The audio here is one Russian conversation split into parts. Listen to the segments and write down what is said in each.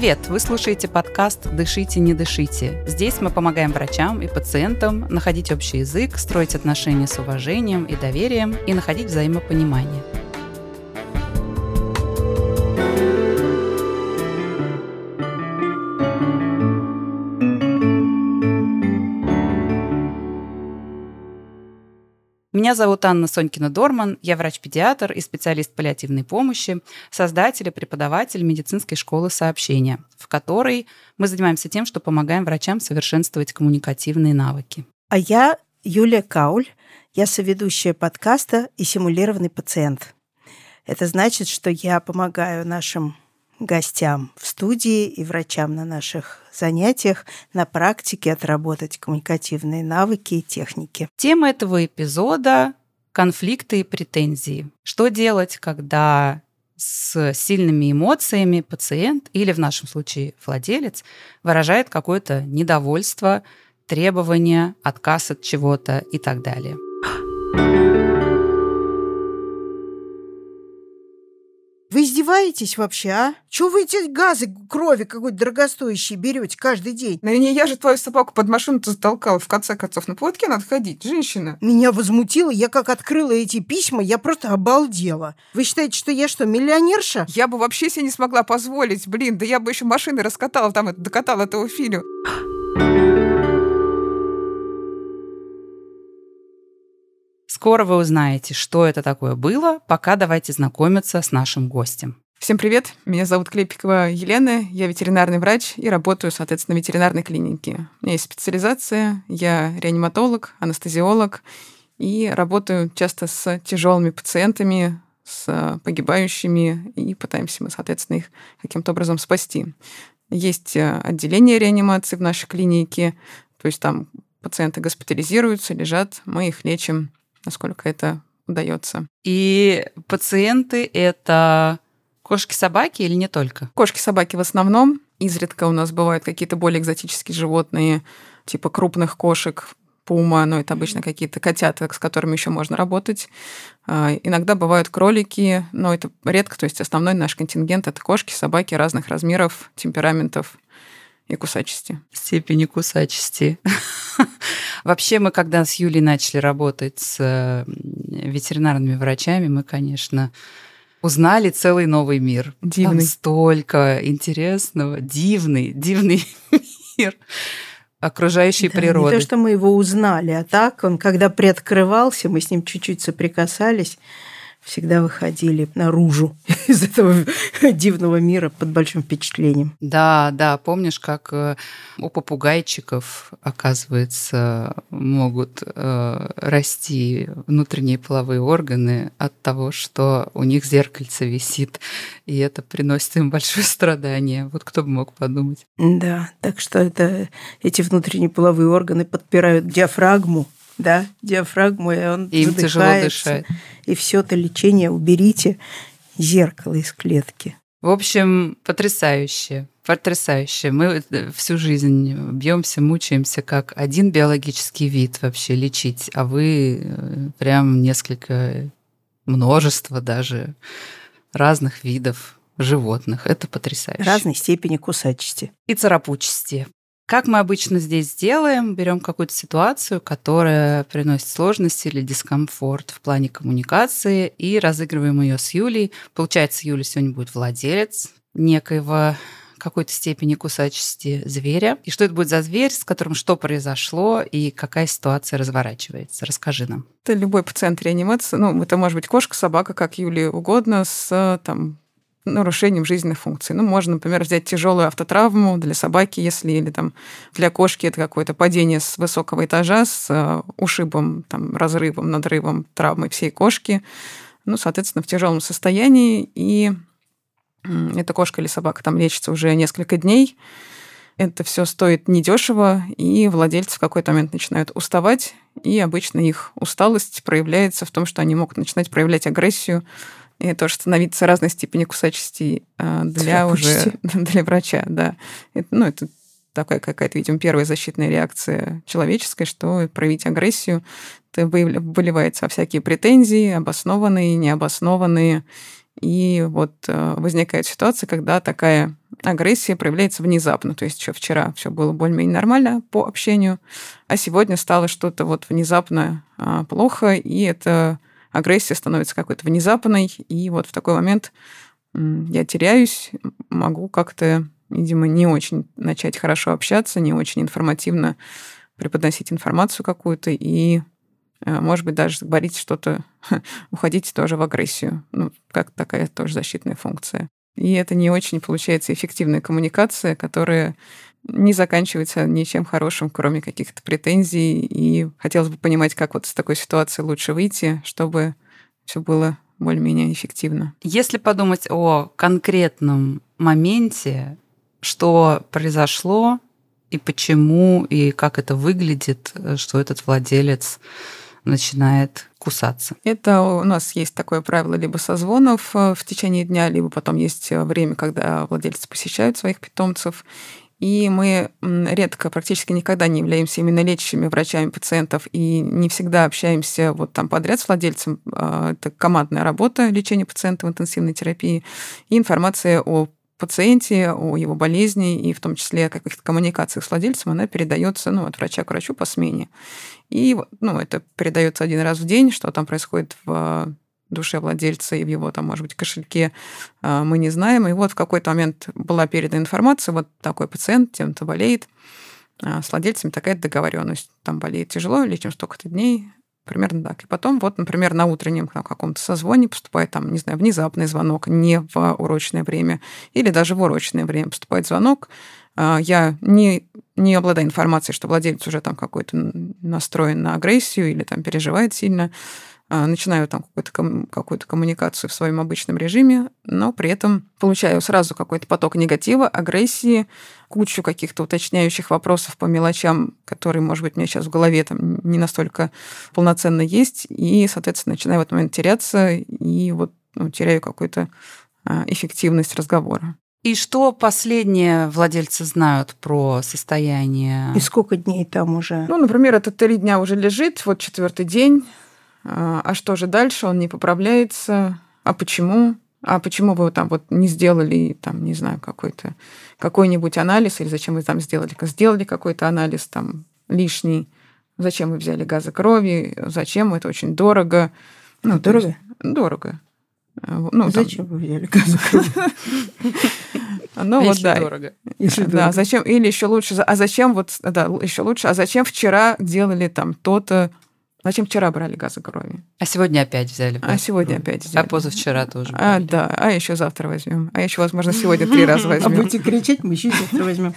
Привет! Вы слушаете подкаст «Дышите, не дышите». Здесь мы помогаем врачам и пациентам находить общий язык, строить отношения с уважением и доверием и находить взаимопонимание. Меня зовут Анна Сонькина-Дорман, я врач-педиатр и специалист паллиативной помощи, создатель и преподаватель медицинской школы сообщения, в которой мы занимаемся тем, что помогаем врачам совершенствовать коммуникативные навыки. А я Юлия Кауль, я соведущая подкаста и симулированный пациент. Это значит, что я помогаю нашим гостям в студии и врачам на наших занятиях на практике отработать коммуникативные навыки и техники. Тема этого эпизода – конфликты и претензии. Что делать, когда с сильными эмоциями пациент или, в нашем случае, владелец выражает какое-то недовольство, требование, отказ от чего-то и так далее. Вы издеваетесь вообще, а? Чего вы эти газы крови какой-то дорогостоящие берете каждый день? Ну не я же твою собаку под машину-то затолкала, в конце концов. На поводке надо ходить, женщина. Меня возмутило, я как открыла эти письма, я просто обалдела. Вы считаете, что я что, миллионерша? Я бы вообще себе не смогла позволить, да я бы еще машины раскатала, докатала этого Филю. Скоро вы узнаете, что это такое было, пока давайте знакомиться с нашим гостем. Всем привет, меня зовут Клепикова Елена, я ветеринарный врач и работаю, соответственно, в ветеринарной клинике. У меня есть специализация, я реаниматолог, анестезиолог и работаю часто с тяжелыми пациентами, с погибающими, и пытаемся мы, соответственно, их каким-то образом спасти. Есть отделение реанимации в нашей клинике, то есть там пациенты госпитализируются, лежат, мы их лечим, насколько это удается. И пациенты — это кошки-собаки или не только? Кошки-собаки в основном. Изредка у нас бывают какие-то более экзотические животные, типа крупных кошек, пума, но это обычно какие-то котята, с которыми еще можно работать. Иногда бывают кролики, но это редко, то есть основной наш контингент — это кошки, собаки разных размеров, темпераментов и кусачести. Степени кусачести. Вообще, мы когда с Юлей начали работать с ветеринарными врачами, мы, конечно, узнали целый новый мир. Дивный. Там столько интересного, дивный мир окружающей природы. Не то, что мы его узнали, а так он, когда приоткрывался, мы с ним чуть-чуть соприкасались, всегда выходили наружу из этого дивного мира под большим впечатлением. Да, помнишь, как у попугайчиков, оказывается, могут расти внутренние половые органы от того, что у них зеркальце висит, и это приносит им большое страдание. Вот кто бы мог подумать. Да, так что эти внутренние половые органы подпирают диафрагму, диафрагму, и он им задыхается. Тяжело дышать. И все это лечение уберите зеркало из клетки. В общем, потрясающе. Мы всю жизнь бьемся, мучаемся, как один биологический вид вообще лечить, а вы прям множество даже разных видов животных. Это потрясающе. Разной степени кусачести. И царапучести. Как мы обычно здесь делаем? Берем какую-то ситуацию, которая приносит сложности или дискомфорт в плане коммуникации, и разыгрываем ее с Юлей. Получается, Юля сегодня будет владелец некоего какой-то степени кусачести зверя. И что это будет за зверь, с которым что произошло, и какая ситуация разворачивается? Расскажи нам. Это любой пациент реанимации. Это может быть кошка, собака, как Юле угодно, с нарушением жизненных функций. Можно, например, взять тяжелую автотравму для собаки, или для кошки это какое-то падение с высокого этажа с ушибом, разрывом, надрывом, травмой всей кошки. Соответственно, в тяжелом состоянии, и эта кошка или собака лечится уже несколько дней. Это все стоит недешево, и владельцы в какой-то момент начинают уставать, и обычно их усталость проявляется в том, что они могут начинать проявлять агрессию, и тоже становиться разной степени кусачести для врача. Да. Это такая какая-то, видимо, первая защитная реакция человеческая, что проявить агрессию, это выливается во всякие претензии, обоснованные, необоснованные. И возникает ситуация, когда такая агрессия проявляется внезапно. То есть еще вчера все было более-менее нормально по общению, а сегодня стало что-то вот внезапно плохо, и эта агрессия становится какой-то внезапной, и вот в такой момент я теряюсь, могу как-то, видимо, не очень начать хорошо общаться, не очень информативно преподносить информацию какую-то, и, может быть, даже говорить что-то, уходить тоже в агрессию. Ну, как такая тоже защитная функция. И это не очень получается эффективная коммуникация, которая не заканчивается ничем хорошим, кроме каких-то претензий. И хотелось бы понимать, как вот с такой ситуации лучше выйти, чтобы все было более-менее эффективно. Если подумать о конкретном моменте, что произошло и почему, и как это выглядит, что этот владелец начинает кусаться. Это у нас есть такое правило либо созвонов в течение дня, либо потом есть время, когда владельцы посещают своих питомцев. И мы редко, практически никогда не являемся именно лечащими врачами пациентов и не всегда общаемся вот там подряд с владельцем. Это командная работа лечения пациента в интенсивной терапии и информация о пациенте, о его болезни и в том числе о каких-то коммуникациях с владельцем, она передается от врача к врачу по смене. И это передается один раз в день, что там происходит в душе владельца и в его, там, может быть, кошельке, мы не знаем. И вот в какой-то момент была передана информация, вот такой пациент, тем-то болеет, с владельцами такая договоренность. Там болеет тяжело, лечим столько-то дней, примерно так. И потом, вот, например, на утреннем каком-то созвоне поступает, там, не знаю, внезапный звонок, не в урочное время, или даже в урочное время поступает звонок. Я не обладаю информацией, что владелец уже там какой-то настроен на агрессию или там переживает сильно. Начинаю там какую-то коммуникацию в своем обычном режиме, но при этом получаю сразу какой-то поток негатива, агрессии, кучу каких-то уточняющих вопросов по мелочам, которые, может быть, у меня сейчас в голове там не настолько полноценно есть, и, соответственно, начинаю в этот момент теряться и вот теряю какую-то эффективность разговора. И что последние владельцы знают про состояние? И сколько дней там уже? Например, это 3 дня уже лежит, вот 4-й день. А что же дальше? Он не поправляется. А почему? А почему вы там вот не сделали, там, не знаю, какой-нибудь анализ, или зачем вы там сделали какой-то анализ там лишний? Зачем вы взяли газы крови? Зачем? Это очень дорого. Дорого? Дорого. Зачем вы взяли газы крови? Если дорого. Да, зачем? Или еще лучше, а зачем вчера делали там то-то? Зачем вчера брали газы крови? А сегодня опять взяли. А позавчера тоже брали. Да, а еще завтра возьмем. А еще, возможно, сегодня 3 раза возьмем. А будете кричать, мы еще завтра возьмем.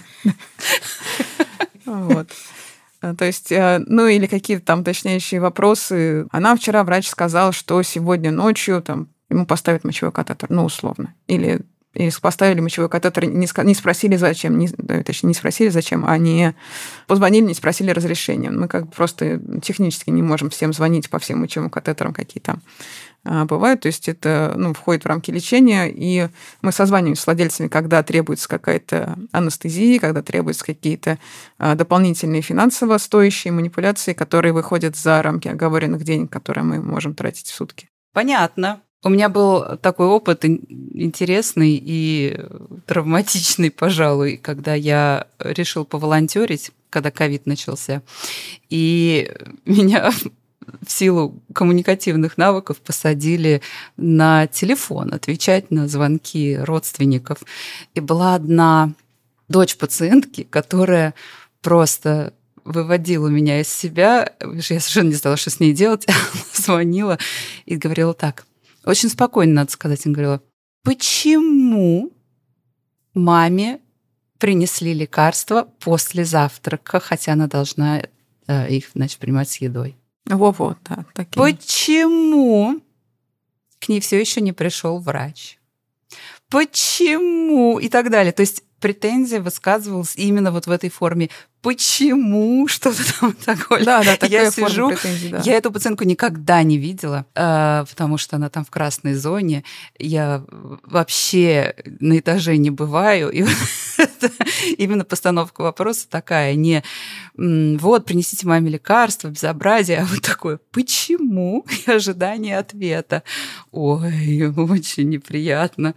Вот. То есть, или какие-то там уточняющие вопросы. А нам вчера врач сказал, что сегодня ночью там ему поставят мочевой катетер, условно. Или поставили мочевой катетер, не спросили, зачем. Не спросили, зачем, а не позвонили, не спросили разрешения. Мы просто технически не можем всем звонить по всем мочевым катетерам, какие там бывают. То есть это входит в рамки лечения, и мы созваниваемся с владельцами, когда требуется какая-то анестезия, когда требуются какие-то дополнительные финансово стоящие манипуляции, которые выходят за рамки оговоренных денег, которые мы можем тратить в сутки. Понятно. У меня был такой опыт интересный и травматичный, пожалуй, когда я решил поволонтерить, когда ковид начался. И меня в силу коммуникативных навыков посадили на телефон отвечать на звонки родственников. И была одна дочь пациентки, которая просто выводила меня из себя. Я совершенно не знала, что с ней делать. Она звонила и говорила так. Очень спокойно, надо сказать. Она говорила, почему маме принесли лекарства после завтрака, хотя она должна их, принимать с едой? Вот, да, такие. Почему к ней все еще не пришел врач? Почему? И так далее. То есть претензия высказывалась именно вот в этой форме. Почему? Что-то там такое. Да, такая я форма сижу, претензий, да. Я эту пациентку никогда не видела, потому что она там в красной зоне. Я вообще на этаже не бываю. И именно постановка вопроса такая. Не вот, принесите маме лекарства, безобразие, а вот такое. Почему? И ожидание ответа. Ой, очень неприятно.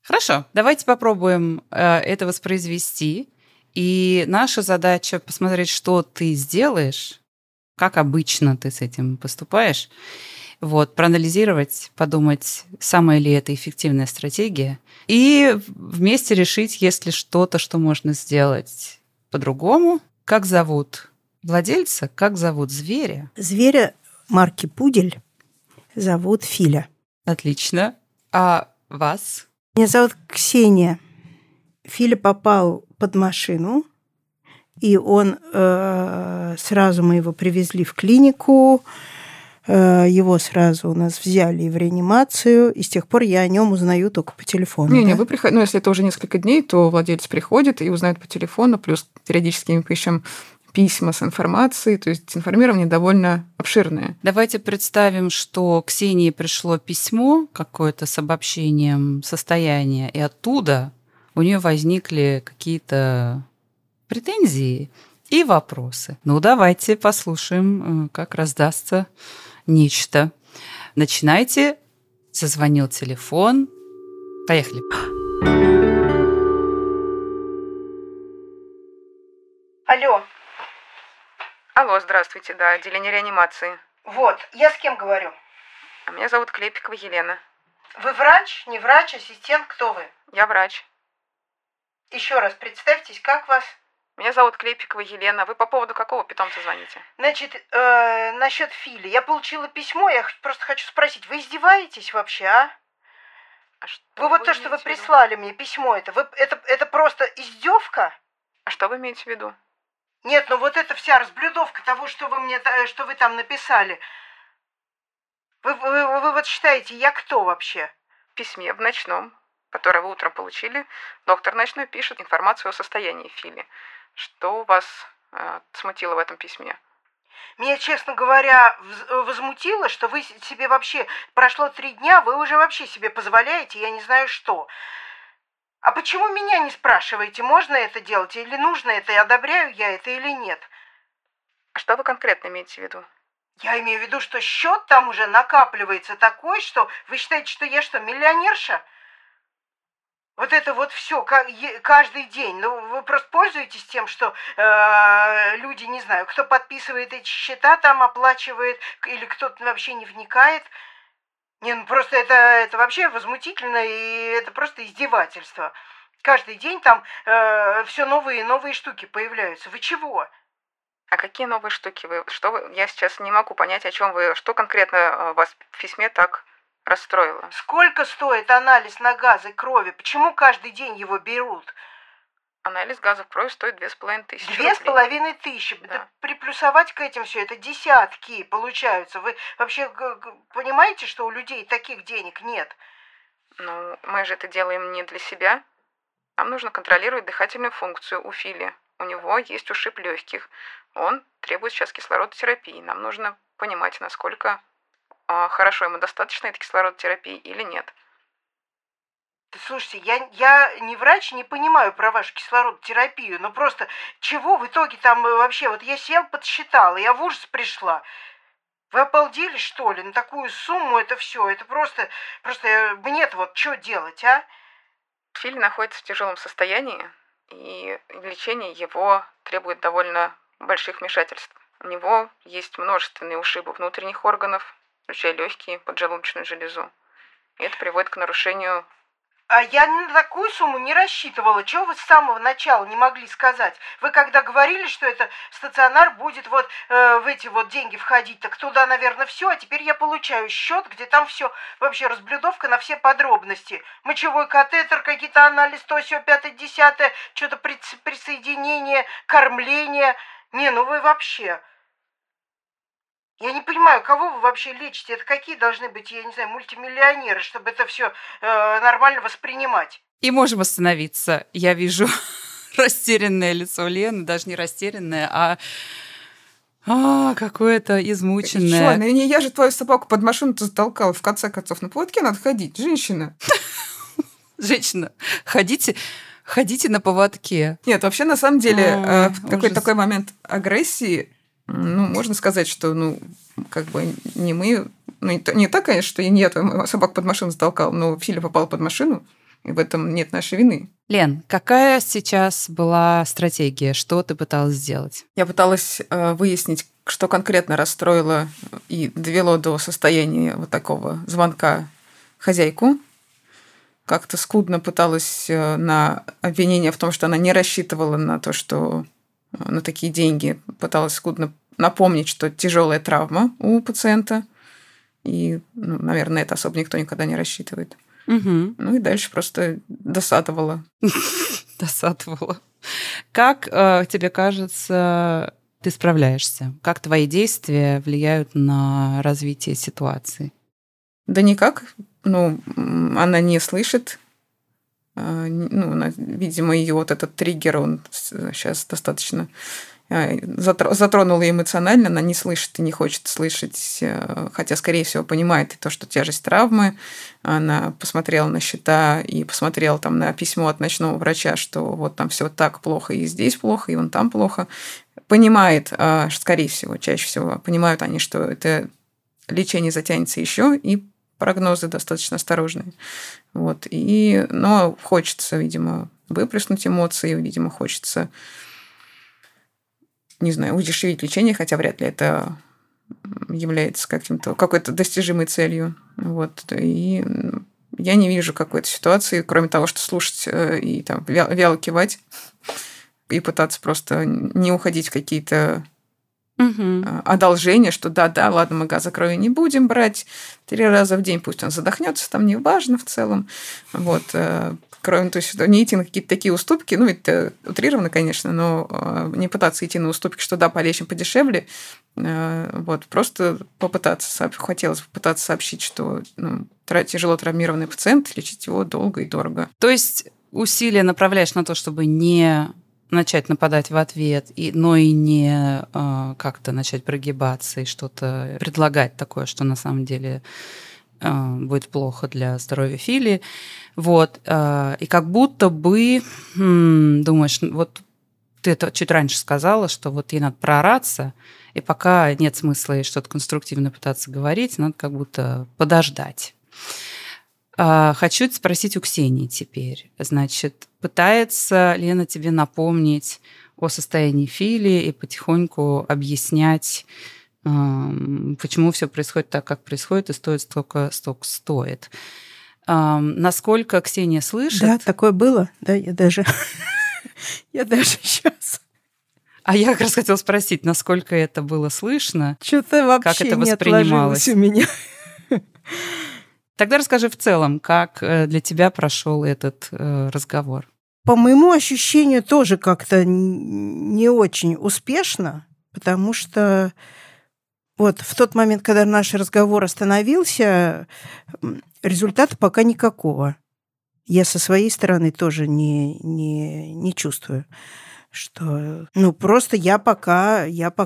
Хорошо, давайте попробуем это воспроизвести. И наша задача посмотреть, что ты сделаешь, как обычно ты с этим поступаешь. Вот, проанализировать, подумать, самая ли это эффективная стратегия. И вместе решить, есть ли что-то, что можно сделать по-другому. Как зовут владельца, как зовут зверя? Зверя марки пудель зовут Филя. Отлично. А вас? Меня зовут Ксения. Филя попал под машину, и он сразу мы его привезли в клинику, его сразу у нас взяли в реанимацию, и с тех пор я о нем узнаю только по телефону. Не, вы приходите, если это уже несколько дней, то владелец приходит и узнает по телефону, плюс периодически мы пишем письма с информацией, то есть информирование довольно обширное. Давайте представим, что Ксении пришло письмо какое-то с обобщением состояния, и оттуда у нее возникли какие-то претензии и вопросы. Ну, давайте послушаем, как раздастся нечто. Начинайте. Зазвонил телефон. Поехали. Алло. Алло, здравствуйте, да, отделение реанимации. Вот, я с кем говорю? А меня зовут Клепикова Елена. Вы врач, не врач, ассистент, кто вы? Я врач. Еще раз представьтесь, как вас? Меня зовут Клепикова Елена. Вы по поводу какого питомца звоните? Значит, насчет Фили. Я получила письмо, я просто хочу спросить, вы издеваетесь вообще, а? Вы вот то, что вы прислали мне, письмо это просто издевка? А что вы имеете в виду? Нет, ну вот эта вся разблюдовка того, что вы там написали. Вы вот считаете, я кто вообще? В письме в ночном, которое вы утром получили, доктор ночной пишет информацию о состоянии Фили. Что вас смутило в этом письме? Меня, честно говоря, возмутило, что вы себе вообще... Прошло 3 дня, вы уже вообще себе позволяете, я не знаю что. А почему меня не спрашиваете, можно это делать или нужно это, и одобряю я это или нет? А что вы конкретно имеете в виду? Я имею в виду, что счет там уже накапливается такой, что вы считаете, что я что, миллионерша? Вот это вот все каждый день. Ну, вы просто пользуетесь тем, что люди, не знаю, кто подписывает эти счета, там оплачивает, или кто-то вообще не вникает. Не, ну просто это вообще возмутительно, и это просто издевательство. Каждый день там все новые и новые штуки появляются. Вы чего? А какие новые штуки Я сейчас не могу понять, о чем вы. Что конкретно вас в письме так расстроило? Сколько стоит анализ на газы крови? Почему каждый день его берут? Анализ газов крови стоит 2500 рублей. 2500. Да. Приплюсовать к этим все это десятки получаются. Вы вообще понимаете, что у людей таких денег нет? Ну, мы же это делаем не для себя. Нам нужно контролировать дыхательную функцию у Фили. У него есть ушиб легких. Он требует сейчас кислородотерапии. Нам нужно понимать, насколько хорошо ему достаточно этой кислородотерапии или нет. Слушайте, я не врач, не понимаю про вашу кислородотерапию, но просто чего в итоге там вообще? Вот я сел, подсчитала, я в ужас пришла. Вы обалдели, что ли? На такую сумму это все, это просто мне-то вот что делать, а? Фили находится в тяжелом состоянии, и лечение его требует довольно больших вмешательств. У него есть множественные ушибы внутренних органов, включая легкие, поджелудочную железу. И это приводит к нарушению. А я на такую сумму не рассчитывала. Чего вы с самого начала не могли сказать? Вы когда говорили, что это стационар будет вот в эти вот деньги входить, так туда, наверное, все. А теперь я получаю счет, где там все вообще разблюдовка на все подробности. Мочевой катетер, какие-то анализы, то все, 5-10, что-то присоединение, кормление. Не, ну вы вообще... Я не понимаю, кого вы вообще лечите? Это какие должны быть, я не знаю, мультимиллионеры, чтобы это все нормально воспринимать? И можем остановиться. Я вижу растерянное лицо Лены, даже не растерянное, а какое-то измученное. Что? Я же твою собаку под машину-то затолкала. В конце концов, на поводке надо ходить, женщина. Женщина, ходите на поводке. Нет, вообще, на самом деле, такой момент агрессии. Ну, можно сказать, что, как бы не мы... не так, конечно, что не я твою собаку под машину затолкал, но Филя попал под машину. и в этом нет нашей вины. Лен, какая сейчас была стратегия? Что ты пыталась сделать? Я пыталась выяснить, что конкретно расстроило и довело до состояния вот такого звонка хозяйку. Как-то скудно пыталась на обвинение в том, что она не рассчитывала на то, что на такие деньги. Пыталась скудно напомнить, что тяжелая травма у пациента. И, наверное, это особо никто никогда не рассчитывает. Угу. Ну и дальше просто досадовала. Досадовала. Как тебе кажется, ты справляешься? Как твои действия влияют на развитие ситуации? Да никак. Она не слышит. Видимо, ее вот этот триггер, он сейчас достаточно затронул ее эмоционально, она не слышит и не хочет слышать, хотя, скорее всего, понимает и то, что тяжесть травмы. Она посмотрела на счета и посмотрела там на письмо от ночного врача, что вот там все так плохо, и здесь плохо, и вон там плохо. Понимает, скорее всего, чаще всего понимают они, что это лечение затянется еще, и прогнозы достаточно осторожные. Вот. Но хочется, видимо, выплеснуть эмоции, видимо, хочется, не знаю, удешевить лечение, хотя вряд ли это является какой-то достижимой целью. Вот. И я не вижу какой-то ситуации, кроме того, что слушать и там вяло кивать и пытаться просто не уходить в какие-то одолжения, что да, ладно, мы газ за кровью не будем брать 3 раза в день, пусть он задохнется, там не важно в целом. Вот. Кроме того, есть не идти на какие-то такие уступки, это утрированно, конечно, но не пытаться идти на уступки, что да, полечим подешевле, вот, просто хотелось попытаться сообщить, что тяжело травмированный пациент, лечить его долго и дорого. То есть усилия направляешь на то, чтобы не начать нападать в ответ, но и не как-то начать прогибаться и что-то предлагать такое, что на самом деле будет плохо для здоровья Фили. Вот. И как будто бы думаешь, вот ты это чуть раньше сказала, что вот ей надо проораться, и пока нет смысла ей что-то конструктивно пытаться говорить, надо как будто подождать. Хочу спросить у Ксении теперь. Значит, пытается Лена тебе напомнить о состоянии Фили и потихоньку объяснять, почему все происходит так, как происходит, и стоит столько стоит. Насколько Ксения слышит? Да, такое было. Да, я даже сейчас. А я как раз хотела спросить, насколько это было слышно? Что-то вообще как это не воспринималось отложилось у меня. Тогда расскажи в целом, как для тебя прошел этот разговор. По моему ощущению, тоже как-то не очень успешно, потому что вот в тот момент, когда наш разговор остановился, результата пока никакого. Я со своей стороны тоже не чувствую, что... просто я пока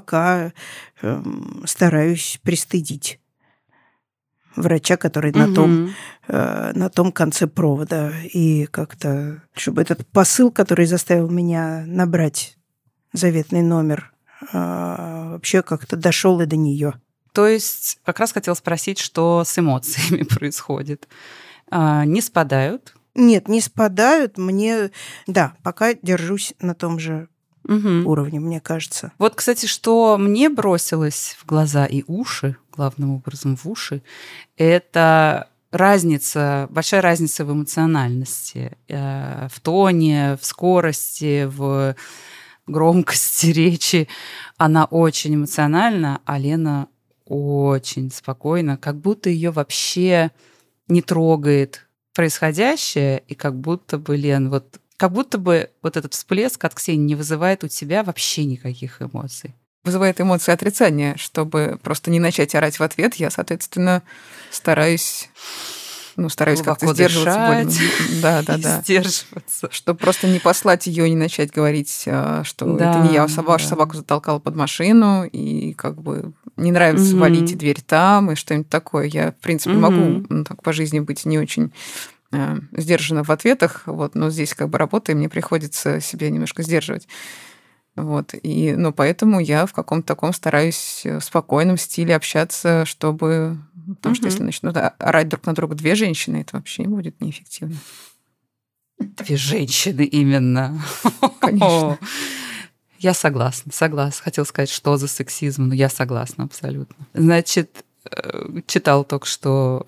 стараюсь пристыдить врача, который на том конце провода. И как-то, чтобы этот посыл, который заставил меня набрать заветный номер, вообще как-то дошел и до нее. То есть как раз хотела спросить, что с эмоциями происходит. Не спадают? Нет, не спадают. Пока держусь на том же уровне, мне кажется. Вот, кстати, что мне бросилось в глаза и уши, главным образом в уши, это большая разница в эмоциональности, в тоне, в скорости, в громкости речи. Она очень эмоциональна, а Лена очень спокойна, как будто ее вообще не трогает происходящее, и как будто бы, Лен, вот этот всплеск от Ксении не вызывает у тебя вообще никаких эмоций. Вызывает эмоции отрицания, чтобы просто не начать орать в ответ. Я, соответственно, стараюсь как-то сдерживаться более. Да. Сдерживаться. Чтобы просто не послать ее, не начать говорить, что это не я, вашу собаку затолкала под машину, и как бы не нравится валить дверь там, и что-нибудь такое. Я, в принципе, могу так по жизни быть не очень сдержана в ответах, но здесь как бы работа, и мне приходится себя немножко сдерживать. Поэтому я в каком-то таком стараюсь в спокойном стиле общаться, чтобы... Потому что если начнут орать друг на друга 2 женщины, это вообще будет неэффективно. Две женщины именно. Конечно. Я согласна. Хотел сказать, что за сексизм, но я согласна абсолютно. Значит, читал только что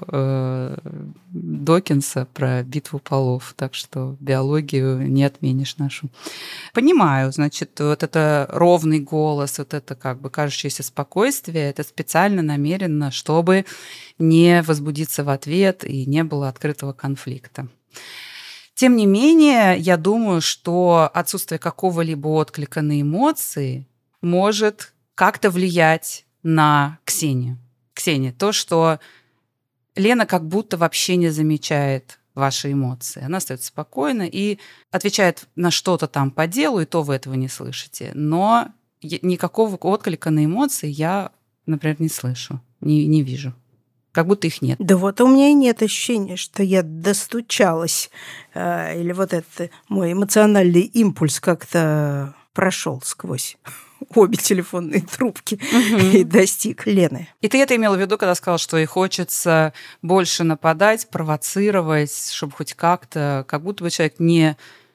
Докинса про битву полов, так что биологию не отменишь нашу. Понимаю, значит, вот это ровный голос, вот это как бы кажущееся спокойствие, это специально, намеренно, чтобы не возбудиться в ответ и не было открытого конфликта. Тем не менее, я думаю, что отсутствие какого-либо отклика на эмоции может как-то влиять на Ксению. Ксения, то, что Лена как будто вообще не замечает ваши эмоции. Она остается спокойна и отвечает на что-то там по делу, и то вы этого не слышите. Но никакого отклика на эмоции я, например, не слышу, не вижу. Как будто их нет. Да вот у меня и нет ощущения, что я достучалась, или вот этот мой эмоциональный импульс как-то прошел сквозь обе телефонные трубки и достиг Лены. И ты это имела в виду, когда сказала, что ей хочется больше нападать, провоцировать, чтобы хоть как-то, как будто бы человек не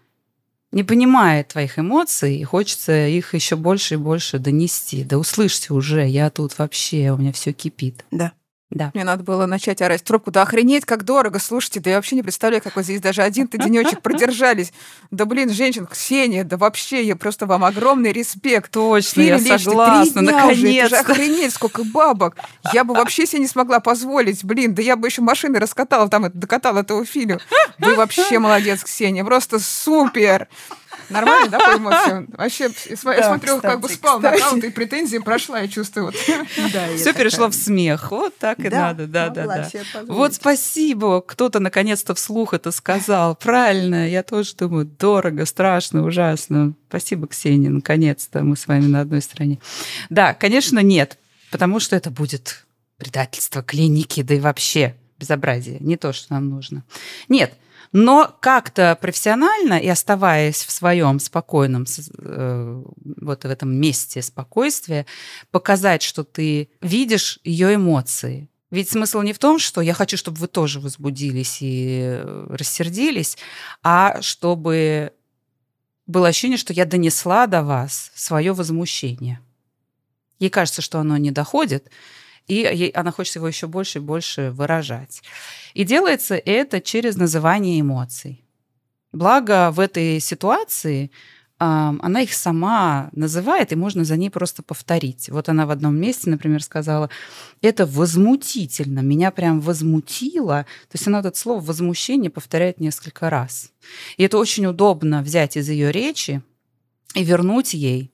понимает твоих эмоций, и хочется их еще больше и больше донести. Да услышьте уже, я тут вообще, у меня все кипит. Да. Да. Мне надо было начать орать в трубку. Да охренеть, как дорого, слушайте, да я вообще не представляю, как вы здесь даже один-то денечек продержались. Да блин, женщин, Ксения, да вообще, я просто вам огромный респект. Точно, я согласна, наконец-то. Это же охренеть, сколько бабок. Я бы вообще себе не смогла позволить. Блин, да я бы еще машины раскатала, там докатала этого Филю. Вы вообще молодец, Ксения, просто супер. Нормально, да, по эмоциям? Вообще, я смотрю, как бы спал на аккаунт, и претензии прошла, я чувствую. Все перешло в смех. Вот так и надо. Да. Вот спасибо. Кто-то наконец-то вслух это сказал. Правильно. Я тоже думаю, дорого, страшно, ужасно. Спасибо, Ксения. Наконец-то мы с вами на одной стороне. Да, конечно, нет. Потому что это будет предательство клиники, да и вообще безобразие. Не то, что нам нужно. Нет. Но как-то профессионально и оставаясь в своем спокойном, вот в этом месте спокойствия, показать, что ты видишь ее эмоции. Ведь смысл не в том, что я хочу, чтобы вы тоже возбудились и рассердились, а чтобы было ощущение, что я донесла до вас свое возмущение. Ей кажется, что оно не доходит, и она хочет его еще больше и больше выражать. И делается это через называние эмоций. Благо в этой ситуации она их сама называет, и можно за ней просто повторить. Вот она в одном месте, например, сказала, это возмутительно, меня прям возмутило. То есть она это слово «возмущение» повторяет несколько раз. И это очень удобно взять из ее речи и вернуть ей.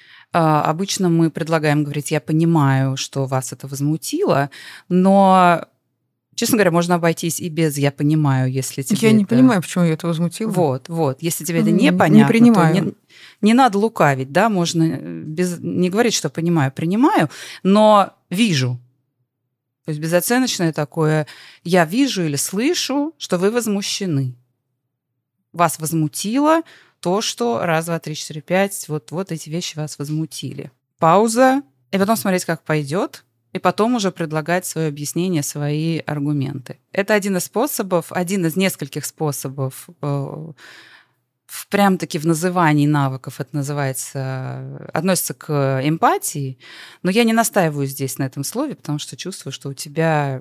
Обычно мы предлагаем говорить, я понимаю, что вас это возмутило, но, честно говоря, можно обойтись и без «я понимаю», если тебе Я не понимаю, почему я это возмутила. Вот. Если тебе это непонятно, то не надо лукавить, да, можно не говорить, что понимаю, принимаю, но вижу. То есть безоценочное такое «я вижу или слышу, что вы возмущены». Вас возмутило то, что раз, два, три, четыре, пять, вот эти вещи вас возмутили. Пауза, и потом смотреть, как пойдет, и потом уже предлагать свое объяснение, свои аргументы. Это один из нескольких способов прям-таки в назывании навыков, это относится к эмпатии, но я не настаиваю здесь на этом слове, потому что чувствую, что у тебя,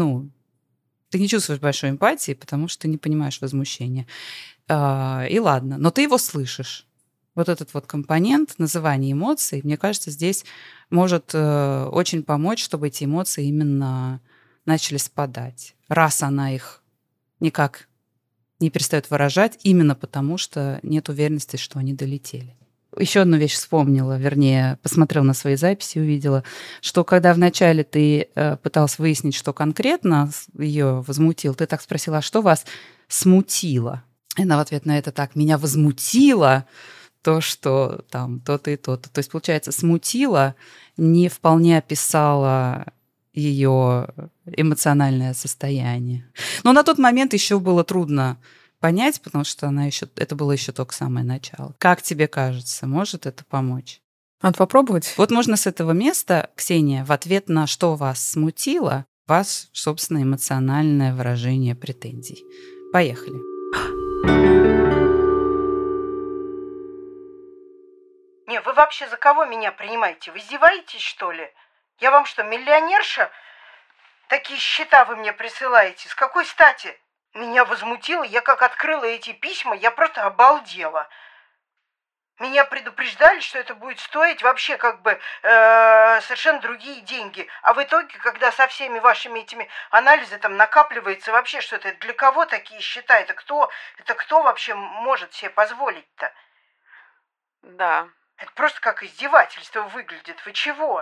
ты не чувствуешь большой эмпатии, потому что ты не понимаешь возмущения. И ладно, но ты его слышишь. Вот этот вот компонент называния эмоций, мне кажется, здесь может очень помочь, чтобы эти эмоции именно начали спадать. Раз она их никак не перестает выражать, именно потому что нет уверенности, что они долетели. Еще одну вещь вспомнила, вернее, посмотрела на свои записи, увидела, что когда вначале ты пыталась выяснить, что конкретно ее возмутило, ты так спросила, а что вас смутило? И она в ответ на это так, меня возмутило то, что там то-то и то-то. То есть, получается, смутило, не вполне описала ее эмоциональное состояние. Но на тот момент еще было трудно понять, потому что это было еще только самое начало. Как тебе кажется, может это помочь? Надо попробовать. Вот можно с этого места, Ксения, в ответ на что вас смутило, ваше, собственно, эмоциональное выражение претензий. Поехали. Не, вы вообще за кого меня принимаете? Вы издеваетесь, что ли? Я вам что, миллионерша? Такие счета вы мне присылаете. С какой стати? Меня возмутило, я как открыла эти письма, я просто обалдела. Меня предупреждали, что это будет стоить вообще совершенно другие деньги. А в итоге, когда со всеми вашими этими анализами там накапливается вообще что-то, для кого такие счета? Это кто вообще может себе позволить-то? Да, Это просто как издевательство выглядит. Вы чего?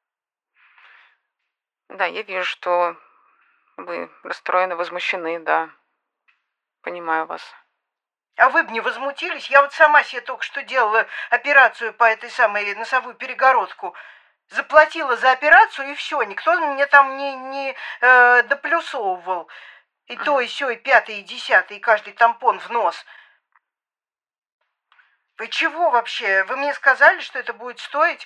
да, я вижу, что вы расстроены, возмущены, да. Понимаю вас. А вы бы не возмутились? Я вот сама себе только что делала операцию по этой самой носовую перегородку. Заплатила за операцию, и все. Никто мне там не доплюсовывал. И то, и сё, и пятое, и десятое, и каждый тампон в нос. Вы чего вообще? Вы мне сказали, что это будет стоить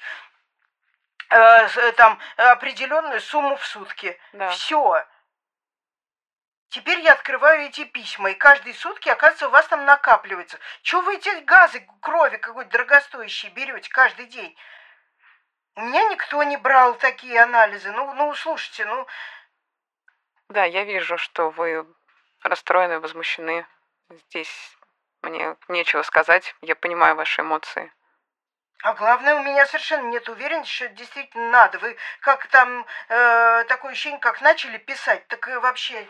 определенную сумму в сутки. Да. Все. Теперь я открываю эти письма, и каждые сутки, оказывается, у вас там накапливается. Чего вы эти газы крови какой-то дорогостоящие берете каждый день? У меня никто не брал такие анализы. Слушайте, Да, я вижу, что вы расстроены, возмущены. Здесь мне нечего сказать. Я понимаю ваши эмоции. А главное, у меня совершенно нет уверенности, что это действительно надо. Вы как там, такое ощущение, как начали писать, так и вообще...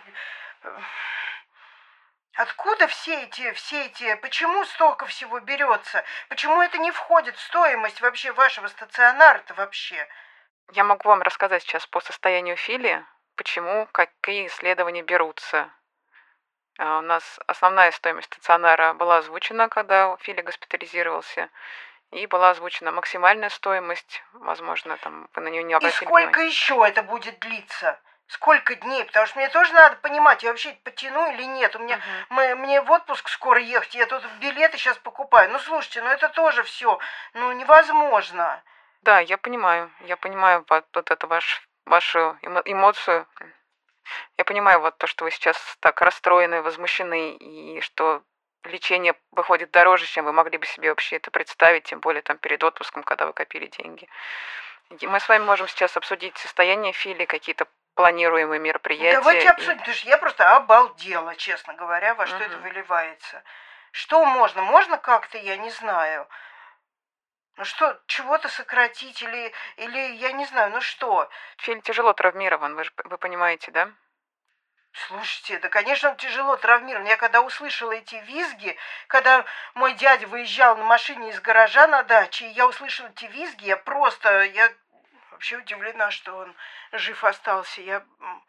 Откуда все эти, почему столько всего берется? Почему это не входит в стоимость вообще вашего стационара-то вообще? Я могу вам рассказать сейчас по состоянию Фили, почему, какие исследования берутся. У нас основная стоимость стационара была озвучена, когда Фили госпитализировался, и была озвучена максимальная стоимость. Возможно, там вы на нее не И обратили сколько внимания. еще это будет длиться? Сколько дней? Потому что мне тоже надо понимать, я вообще потяну или нет. Мне в отпуск скоро ехать, я тут билеты сейчас покупаю. Слушайте, это тоже все, невозможно. Да, я понимаю вот это вашу эмоцию. Я понимаю вот то, что вы сейчас так расстроены, возмущены, и что лечение выходит дороже, чем вы могли бы себе вообще это представить, тем более там перед отпуском, когда вы копили деньги. И мы с вами можем сейчас обсудить состояние Фили, какие-то планируемые мероприятия. Давайте обсудим, потому что я просто обалдела, честно говоря, во что это выливается. Что можно? Можно как-то, я не знаю. Что, чего-то сократить или я не знаю, что? Фили тяжело травмирован, вы понимаете, да? Слушайте, да, конечно, он тяжело травмирован. Я когда услышала эти визги, когда мой дядя выезжал на машине из гаража на даче, и я услышала эти визги, я вообще удивлена, что он жив остался.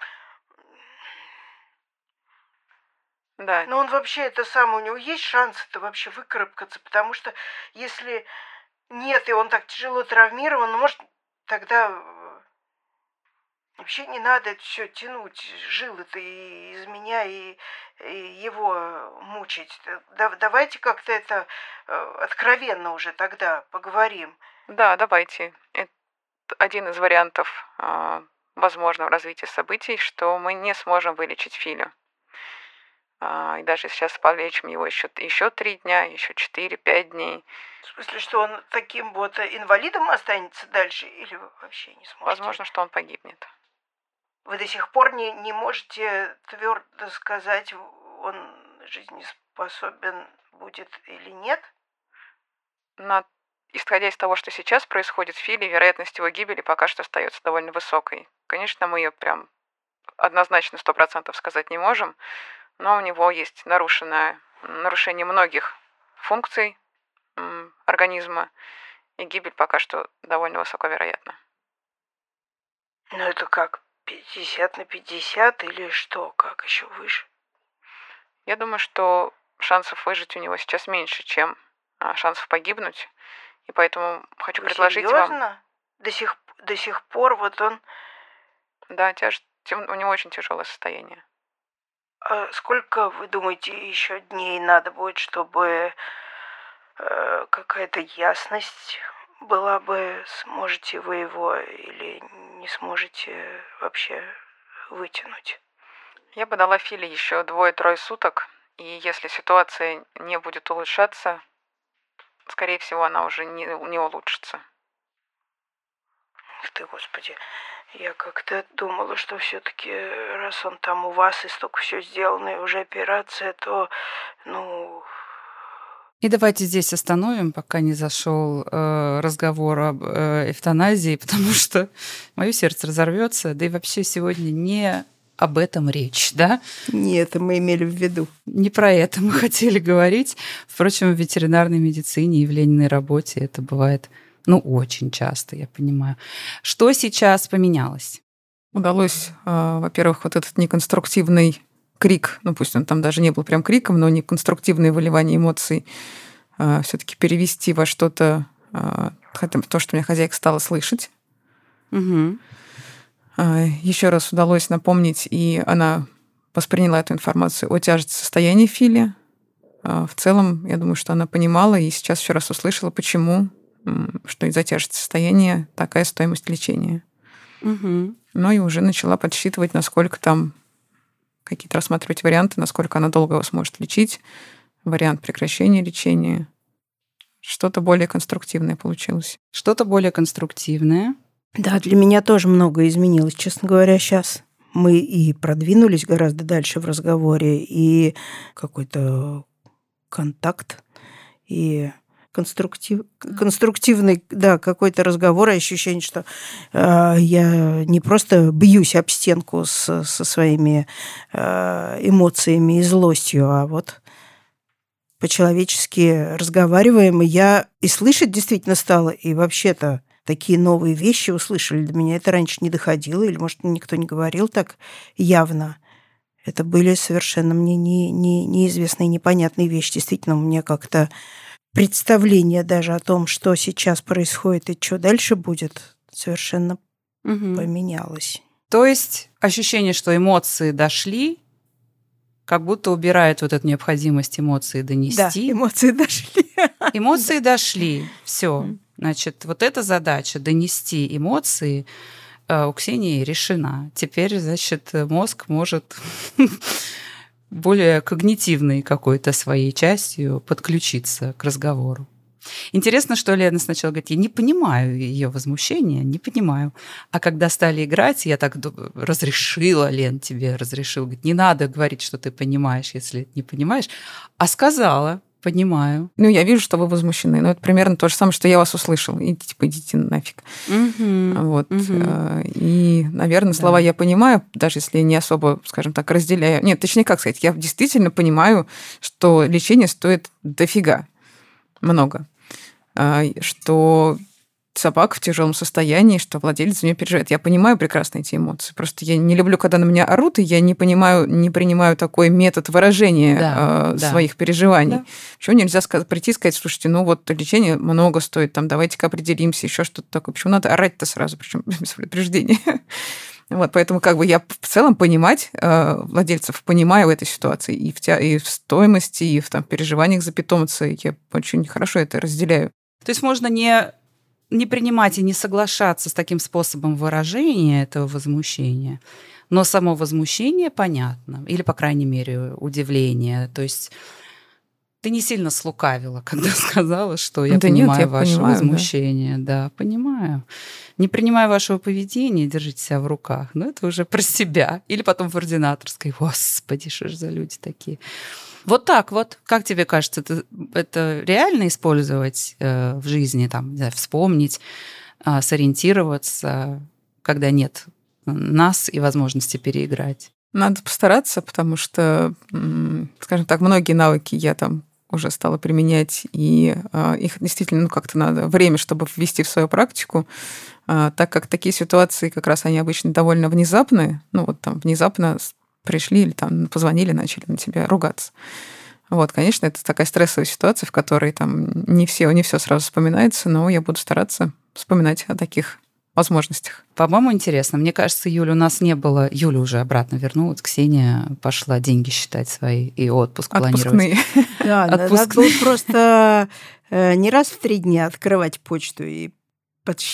Да. Но он вообще у него есть шанс-то вообще выкарабкаться, потому что если нет, и он так тяжело травмирован, может, тогда вообще не надо это все тянуть, жилы-то из меня и его мучить. Давайте как-то это откровенно уже тогда поговорим. Да, давайте. Это один из вариантов возможного развития событий, что мы не сможем вылечить Филю. И даже сейчас полечим его еще 3 дня, еще 4-5 дней. В смысле, что он таким вот инвалидом останется дальше или вы вообще не сможете? Возможно, что он погибнет. Вы до сих пор не можете твердо сказать, он жизнеспособен будет или нет? Исходя из того, что сейчас происходит в Филе, вероятность его гибели пока что остается довольно высокой. Конечно, мы ее прям однозначно 100% сказать не можем, но у него есть нарушение многих функций организма, и гибель пока что довольно высоковероятна. Это как, 50/50 или что, как еще выше? Я думаю, что шансов выжить у него сейчас меньше, чем шансов погибнуть, и поэтому хочу предложить серьезно? вам... До сих пор вот он... Да, у него очень тяжелое состояние. А сколько, вы думаете, еще дней надо будет, чтобы какая-то ясность была бы? Сможете вы его или не сможете вообще вытянуть? Я бы дала Филе еще 2-3 суток, И если ситуация не будет улучшаться, скорее всего, она уже не улучшится. Ах ты, Господи, я как-то думала, что все-таки, раз он там у вас и столько все сделано, и уже операция, то, И давайте здесь остановим, пока не зашел разговор об эвтаназии, потому что мое сердце разорвется, да и вообще сегодня не об этом речь, да? Не это мы имели в виду. Не про это мы хотели говорить. Впрочем, в ветеринарной медицине и в Лениной работе это бывает, очень часто, я понимаю. Что сейчас поменялось? Удалось, во-первых, вот этот неконструктивный крик, пусть он там даже не был прям криком, но неконструктивное выливание эмоций все-таки перевести во что-то, то, что меня хозяйка стала слышать. Угу. Еще раз удалось напомнить, и она восприняла эту информацию о тяжести состояния Фили. В целом, я думаю, что она понимала и сейчас еще раз услышала, почему, что из-за тяжести состояния такая стоимость лечения. Угу. И уже начала подсчитывать, насколько там какие-то рассматривать варианты, насколько она долго его сможет лечить, вариант прекращения лечения. Что-то более конструктивное получилось. Что-то более конструктивное. Да, для меня тоже многое изменилось, честно говоря, сейчас. Мы и продвинулись гораздо дальше в разговоре, и какой-то контакт, и конструктивный, да, какой-то разговор, и ощущение, что я не просто бьюсь об стенку со своими эмоциями и злостью, а вот по-человечески разговариваем, и я и слышать действительно стала, и вообще-то такие новые вещи услышали. До меня это раньше не доходило, или, может, никто не говорил так явно. Это были совершенно мне неизвестные, непонятные вещи. Действительно, у меня как-то представление даже о том, что сейчас происходит и что дальше будет, совершенно поменялось. То есть ощущение, что эмоции дошли, как будто убирает вот эту необходимость эмоции донести. Да, эмоции дошли. Эмоции дошли. Все. Значит, вот эта задача донести эмоции у Ксении решена. Теперь, значит, мозг может более когнитивной какой-то своей частью подключиться к разговору. Интересно, что Лена сначала говорит, я не понимаю ее возмущения, не понимаю. А когда стали играть, я так разрешила, Лен, тебе разрешила. Говорит, не надо говорить, что ты понимаешь, если не понимаешь. А сказала, понимаю. Я вижу, что вы возмущены. Это примерно то же самое, что я вас услышал. Идите нафиг. Вот. И, наверное, слова «я понимаю», даже если не особо, скажем так, разделяю. Нет, точнее, как сказать, я действительно понимаю, что лечение стоит дофига. Много. Что собака в тяжелом состоянии, что владелец за нее переживает. Я понимаю прекрасно эти эмоции. Просто я не люблю, когда на меня орут, и я не принимаю такой метод выражения своих переживаний. Да. Почему нельзя прийти и сказать, слушайте, лечение много стоит, давайте-ка определимся, еще что-то такое. Почему надо орать-то сразу, причем без предупреждения? Поэтому я в целом понимать владельцев понимаю в этой ситуации и в стоимости, и в переживаниях за питомца. Я очень хорошо это разделяю. То есть можно не принимать и не соглашаться с таким способом выражения этого возмущения, но само возмущение понятно, или, по крайней мере, удивление. То есть ты не сильно слукавила, когда сказала, что я понимаю ваше возмущение. Да, понимаю. Не принимаю вашего поведения, держите себя в руках. Это уже про себя. Или потом в ординаторской. Господи, что ж за люди такие. Вот так вот. Как тебе кажется, это реально использовать в жизни, вспомнить, сориентироваться, когда нет нас и возможности переиграть? Надо постараться, потому что, скажем так, многие навыки я уже стала применять, и их действительно как-то надо время, чтобы ввести в свою практику, так как такие ситуации как раз они обычно довольно внезапные, внезапно пришли или позвонили, начали на тебя ругаться. Конечно, это такая стрессовая ситуация, в которой не все сразу вспоминается, но я буду стараться вспоминать о таких возможностях. По-моему, интересно. Мне кажется, Юля у нас не было. Юля уже обратно вернулась. Ксения пошла деньги считать свои и отпуск планировать. Да, надо было просто не раз в 3 дня открывать почту и подсчитывать.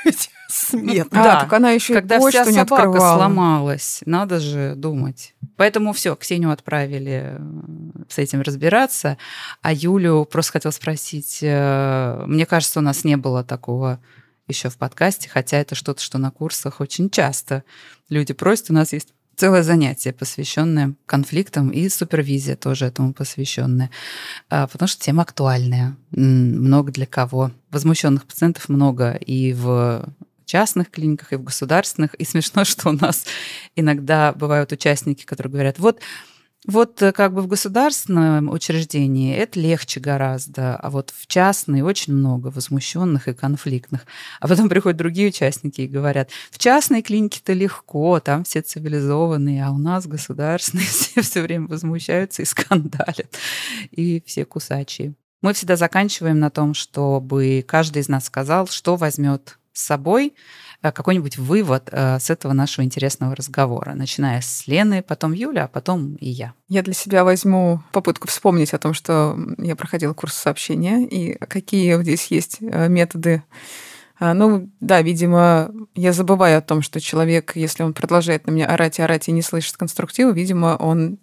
с методом. Да, так она еще когда и почту вся не собака открывала. Сломалась, надо же думать. Поэтому все, Ксению отправили с этим разбираться, а Юлю просто хотел спросить, мне кажется, у нас не было такого еще в подкасте, хотя это что-то, что на курсах очень часто люди просят, у нас есть целое занятие, посвященное конфликтам, и супервизия тоже этому посвященная, потому что тема актуальная. Много для кого. Возмущенных пациентов много и в частных клиниках, и в государственных. И смешно, что у нас иногда бывают участники, которые говорят, вот как бы в государственном учреждении это легче гораздо, а вот в частной очень много возмущенных и конфликтных. А потом приходят другие участники и говорят, в частной клинике-то легко, там все цивилизованные, а у нас государственные все время возмущаются и скандалят, и все кусачие. Мы всегда заканчиваем на том, чтобы каждый из нас сказал, что возьмет с собой, какой-нибудь вывод с этого нашего интересного разговора, начиная с Лены, потом Юля, а потом и я. Я для себя возьму попытку вспомнить о том, что я проходила курс сообщения, и какие здесь есть методы. Ну, да, видимо, я забываю о том, что человек, если он продолжает на меня орать и не слышит конструктива, видимо, он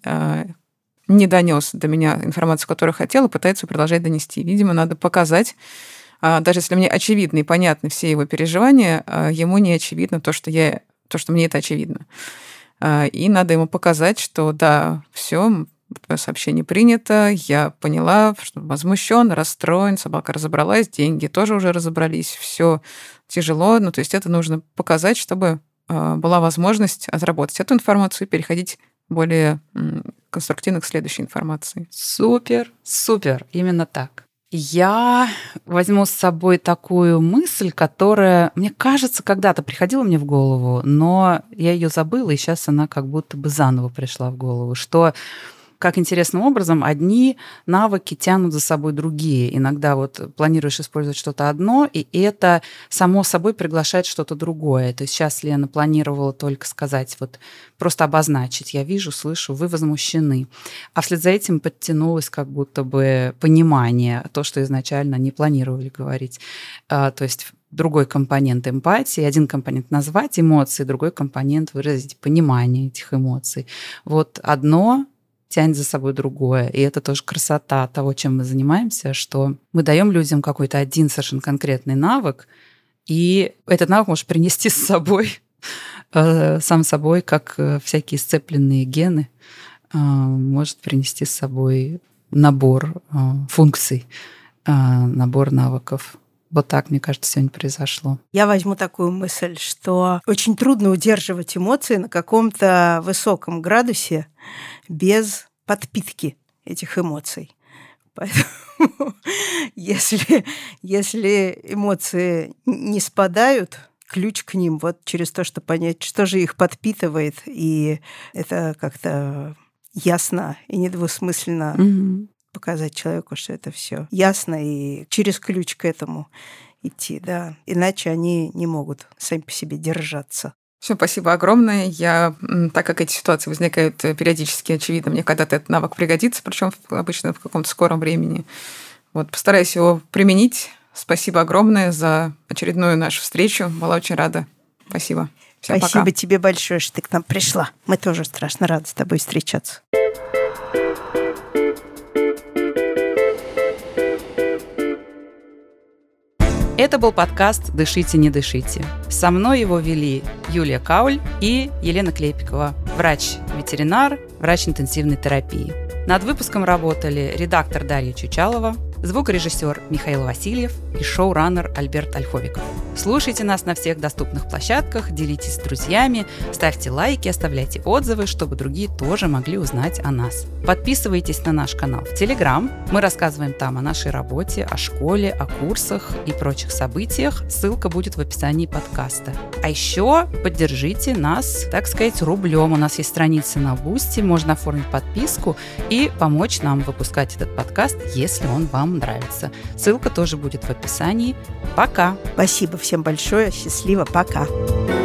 не донес до меня информацию, которую хотел, и пытается продолжать донести. Видимо, надо показать, даже если мне очевидны и понятны все его переживания, ему не очевидно то, что мне это очевидно. И надо ему показать, что да, все, твое сообщение принято, я поняла, что возмущен, расстроен, собака разобралась, деньги тоже уже разобрались, все тяжело. Ну, то есть это нужно показать, чтобы была возможность отработать эту информацию и переходить более конструктивно к следующей информации. Супер, именно так. Я возьму с собой такую мысль, которая, мне кажется, когда-то приходила мне в голову, но я ее забыла, и сейчас она как будто бы заново пришла в голову, что как интересным образом одни навыки тянут за собой другие. Иногда вот планируешь использовать что-то одно, и это само собой приглашает что-то другое. То есть сейчас Лена планировала только сказать, вот просто обозначить, я вижу, слышу, вы возмущены. А вслед за этим подтянулось как будто бы понимание, то, что изначально не планировали говорить. То есть другой компонент эмпатии, один компонент назвать эмоции, другой компонент выразить понимание этих эмоций. Вот одно тянет за собой другое. И это тоже красота того, чем мы занимаемся, что мы даем людям какой-то один совершенно конкретный навык, и этот навык может принести с собой, сам собой, как всякие сцепленные гены, может принести с собой набор функций, набор навыков. Вот так, мне кажется, сегодня произошло. Я возьму такую мысль, что очень трудно удерживать эмоции на каком-то высоком градусе без подпитки этих эмоций. Поэтому если эмоции не спадают, ключ к ним вот через то, что понять, что же их подпитывает, и это как-то ясно и недвусмысленно показать человеку, что это все ясно, и через ключ к этому идти, да. Иначе они не могут сами по себе держаться. Все, спасибо огромное. Я, так как эти ситуации возникают периодически, очевидно, мне когда-то этот навык пригодится, причем обычно в каком-то скором времени. Вот, постараюсь его применить. Спасибо огромное за очередную нашу встречу. Была очень рада. Спасибо. Всем Спасибо пока. тебе большое, что ты к нам пришла. Мы тоже страшно рады с тобой встречаться. Это был подкаст «Дышите, не дышите». Со мной его вели Юлия Кауль и Елена Клепикова, врач-ветеринар, врач интенсивной терапии. Над выпуском работали редактор Дарья Чучалова, звукорежиссер Михаил Васильев и шоураннер Альберт Ольховиков. Слушайте нас на всех доступных площадках, делитесь с друзьями, ставьте лайки, оставляйте отзывы, чтобы другие тоже могли узнать о нас. Подписывайтесь на наш канал в Telegram. Мы рассказываем там о нашей работе, о школе, о курсах и прочих событиях. Ссылка будет в описании подкаста. А еще поддержите нас, так сказать, рублем. У нас есть страница на Boosty, можно оформить подписку и помочь нам выпускать этот подкаст, если он вам нравится. Ссылка тоже будет в описании. Пока! Спасибо всем большое. Счастливо. Пока.